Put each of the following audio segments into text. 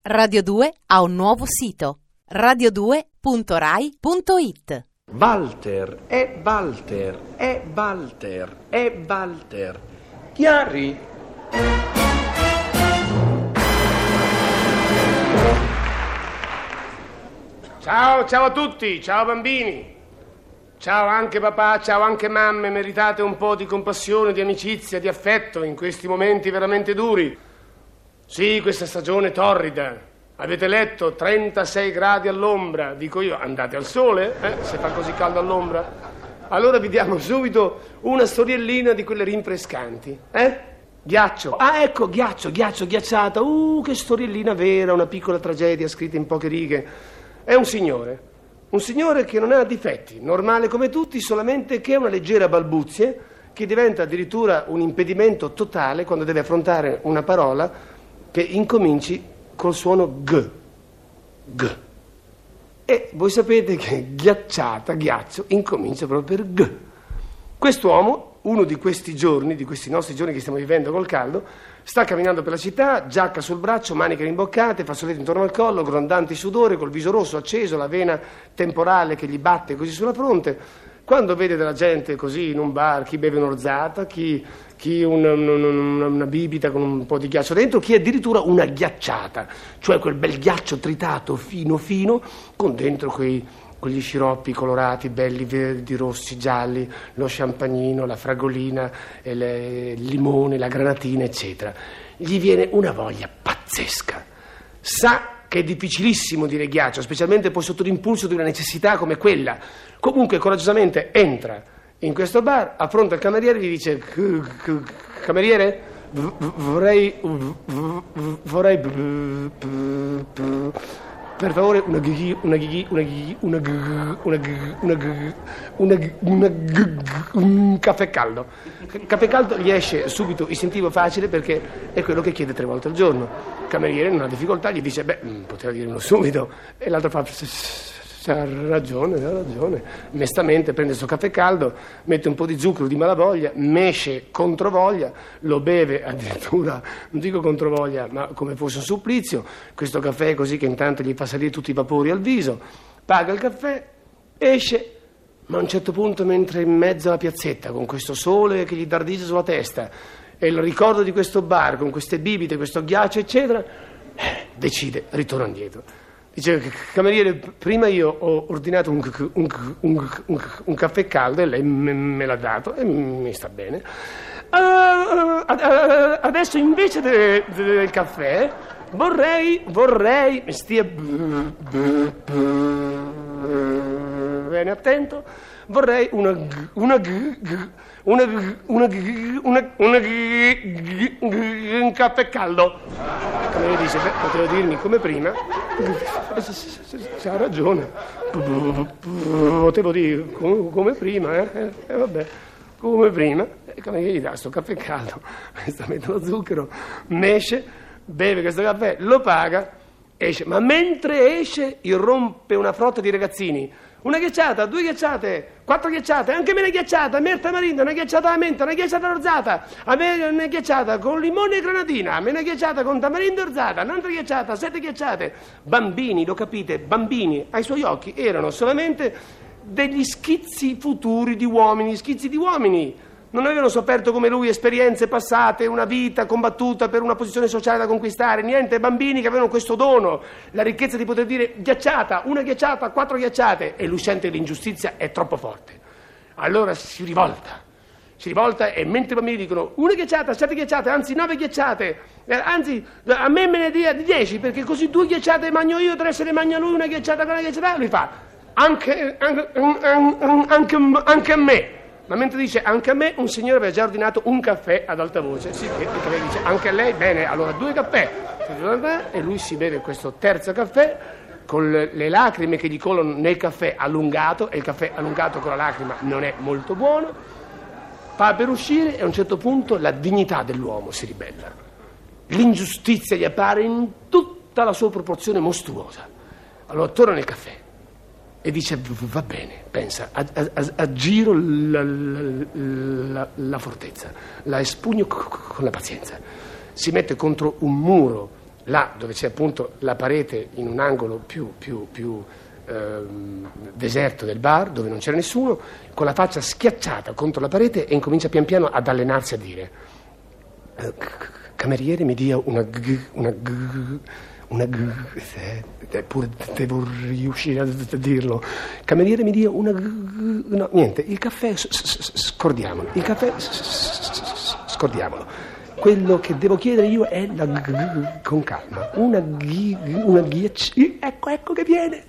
Radio 2 ha un nuovo sito, radio2.rai.it. Walter, è Walter, è Walter, è Walter. Chiari? Ciao a tutti, ciao bambini. Ciao anche papà, ciao anche mamme, meritate un po' di compassione, di amicizia, di affetto in questi momenti veramente duri. Sì, questa stagione torrida. Avete letto 36 gradi all'ombra. Dico io, andate al sole, se fa così caldo all'ombra. Allora vi diamo subito una storiellina di quelle rinfrescanti, Ghiaccio. Ah, ecco, ghiacciata. Che storiellina vera, una piccola tragedia scritta in poche righe. È un signore che non ha difetti, normale come tutti, solamente che ha una leggera balbuzie che diventa addirittura un impedimento totale quando deve affrontare una parola che incominci col suono G. E voi sapete che ghiaccio, incomincia proprio per G. Quest'uomo, uno di questi giorni, di questi nostri giorni che stiamo vivendo col caldo, sta camminando per la città, giacca sul braccio, maniche rimboccate, fazzoletti intorno al collo, grondanti sudore, col viso rosso acceso, la vena temporale che gli batte così sulla fronte. Quando vede della gente così in un bar, chi beve un'orzata, chi una bibita con un po' di ghiaccio dentro, chi addirittura una ghiacciata, cioè quel bel ghiaccio tritato fino, con dentro quegli sciroppi colorati, belli, verdi, rossi, gialli, lo champagnino, la fragolina, il limone, la granatina, eccetera. Gli viene una voglia pazzesca. Sa che è difficilissimo dire ghiaccio, specialmente poi sotto l'impulso di una necessità come quella. Comunque coraggiosamente entra in questo bar, affronta il cameriere e gli dice: cameriere, vorrei per favore un caffè caldo. Caffè caldo gli esce subito istintivo facile perché è quello che chiede 3 volte al giorno. Il cameriere non ha difficoltà, gli dice: poteva dirlo subito. E l'altro fa: ha ragione. Mestamente prende il suo caffè caldo, mette un po' di zucchero di malavoglia, mesce controvoglia, lo beve addirittura, non dico controvoglia, ma come fosse un supplizio. Questo caffè così che intanto gli fa salire tutti i vapori al viso, paga il caffè, esce, ma a un certo punto, mentre in mezzo alla piazzetta, con questo sole che gli dardeggia sulla testa, e il ricordo di questo bar, con queste bibite, questo ghiaccio, eccetera, decide, ritorna indietro. Dice: cameriere, prima io ho ordinato un caffè caldo e lei me l'ha dato e mi sta bene. Adesso invece del caffè vorrei stia bene attento, vorrei un caffè caldo. Come dice, potevo dirmi come prima. C'ha ragione, potevo dire come prima, vabbè, come prima. E come gli dà sto caffè caldo, sta mettendo lo zucchero, mesce, beve questo caffè, lo paga, esce, ma mentre esce irrompe una frotta di ragazzini. Una ghiacciata, 2 ghiacciate, 4 ghiacciate, anche me una ghiacciata, a me tamarindo, una ghiacciata alla menta, una ghiacciata rozzata, a me una ghiacciata con limone e granatina, a me una ghiacciata con tamarindo e rozzata, un'altra ghiacciata, 7 ghiacciate. Bambini, lo capite, bambini, ai suoi occhi erano solamente degli schizzi futuri di uomini, Non avevano sofferto come lui esperienze passate, una vita combattuta per una posizione sociale da conquistare, niente, bambini che avevano questo dono, la ricchezza di poter dire ghiacciata, una ghiacciata, 4 ghiacciate, e lui sente che l'ingiustizia è troppo forte. Allora si rivolta e mentre i bambini dicono una ghiacciata, 7 ghiacciate, anzi 9 ghiacciate, anzi a me ne dia 10 perché così 2 ghiacciate mangio io, 3 se ne mangia lui, una ghiacciata con una ghiacciata, lui fa anche a me. Ma mentre dice anche a me, un signore aveva già ordinato un caffè ad alta voce. Sì, che dice anche a lei, bene, allora 2 caffè. E lui si beve questo terzo caffè con le lacrime che gli colano nel caffè allungato, e il caffè allungato con la lacrima non è molto buono. Fa per uscire e a un certo punto la dignità dell'uomo si ribella. L'ingiustizia gli appare in tutta la sua proporzione mostruosa. Allora torna nel caffè e dice: va bene, pensa, aggiro la fortezza, la espugno con la pazienza. Si mette contro un muro là dove c'è appunto la parete in un angolo più deserto del bar, dove non c'era nessuno, con la faccia schiacciata contro la parete, e incomincia pian piano ad allenarsi a dire: cameriere, mi dia una pure devo riuscire a dirlo. Cameriere, mi dia no, niente, il caffè scordiamolo, il caffè scordiamolo. Quello che devo chiedere io è con calma, una ecco che viene,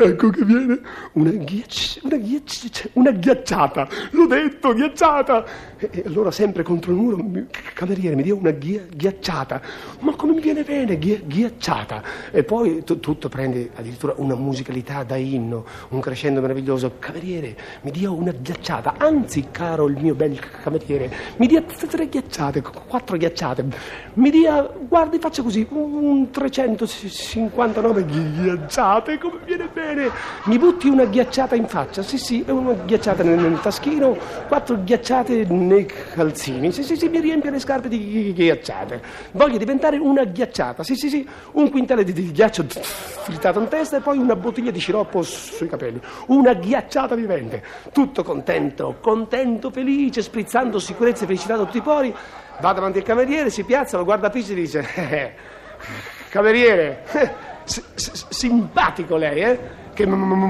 una ghiacciata, l'ho detto, ghiacciata. E allora, sempre contro il muro: cameriere, mi dia una ghiacciata. Ma come mi viene bene, ghiacciata. E poi tutto prende addirittura una musicalità da inno, un crescendo meraviglioso. Cameriere, mi dia una ghiacciata, anzi, caro il mio bel cameriere, mi dia 3 ghiacciate, 4 ghiacciate, mi dia, guardi, faccia così, un 359 ghiacciate, come viene bene. Mi butti una ghiacciata in faccia, sì, una ghiacciata nel taschino, 4 ghiacciate nei calzini, sì, mi riempie le scarpe di ghiacciate. Voglio diventare una ghiacciata, sì, un quintale di ghiaccio frittato in testa e poi una bottiglia di sciroppo sui capelli, una ghiacciata vivente. Tutto contento, felice, sprizzando sicurezza e felicità da tutti i pori. Va davanti al cameriere, si piazza, lo guarda fisso e dice: cameriere, simpatico lei, che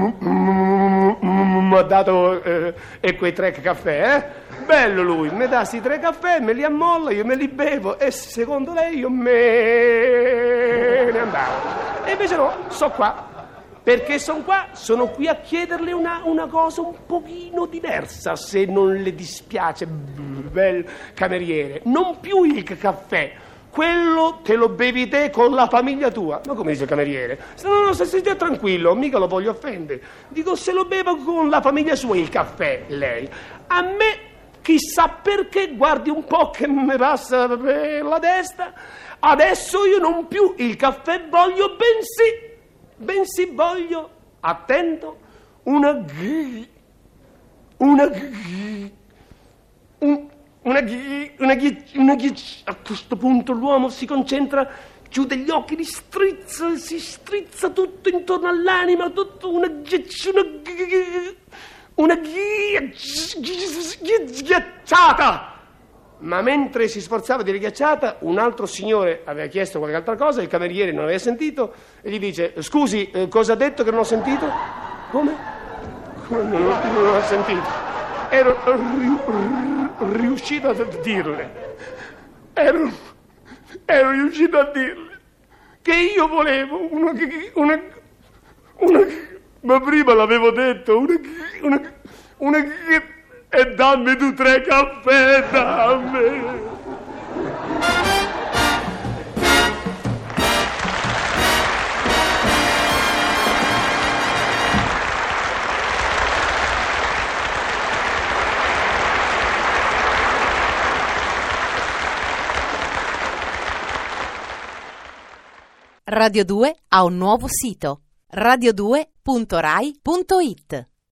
mi ha dato quei 3 caffè, bello lui, mi dà sti 3 caffè, me li ammolla, io me li bevo, e secondo lei io me ne andavo. E invece no, sto qua. Perché sono qui a chiederle una cosa un pochino diversa, se non le dispiace, bel cameriere. Non più il caffè, quello te lo bevi te con la famiglia tua. Ma come dice il cameriere? No, se stia tranquillo, mica lo voglio offendere. Dico, se lo bevo con la famiglia sua il caffè, lei. A me, chissà perché, guardi un po' che mi passa per la testa, adesso io non più il caffè voglio, bensì voglio, attento, a questo punto l'uomo si concentra, chiude gli occhi, si strizza tutto intorno all'anima, tutto una ghiacciata. Ma mentre si sforzava di righiacciata, un altro signore aveva chiesto qualche altra cosa, il cameriere non aveva sentito e gli dice: scusi, cosa ha detto che non ho sentito? Come? Non ho sentito. Ero riuscito a dirle. Ero riuscito a dirle che io volevo una ma prima l'avevo detto, una e dammi tu 3 caffè, dammi. Radio 2 ha un nuovo sito: radio2.rai.it.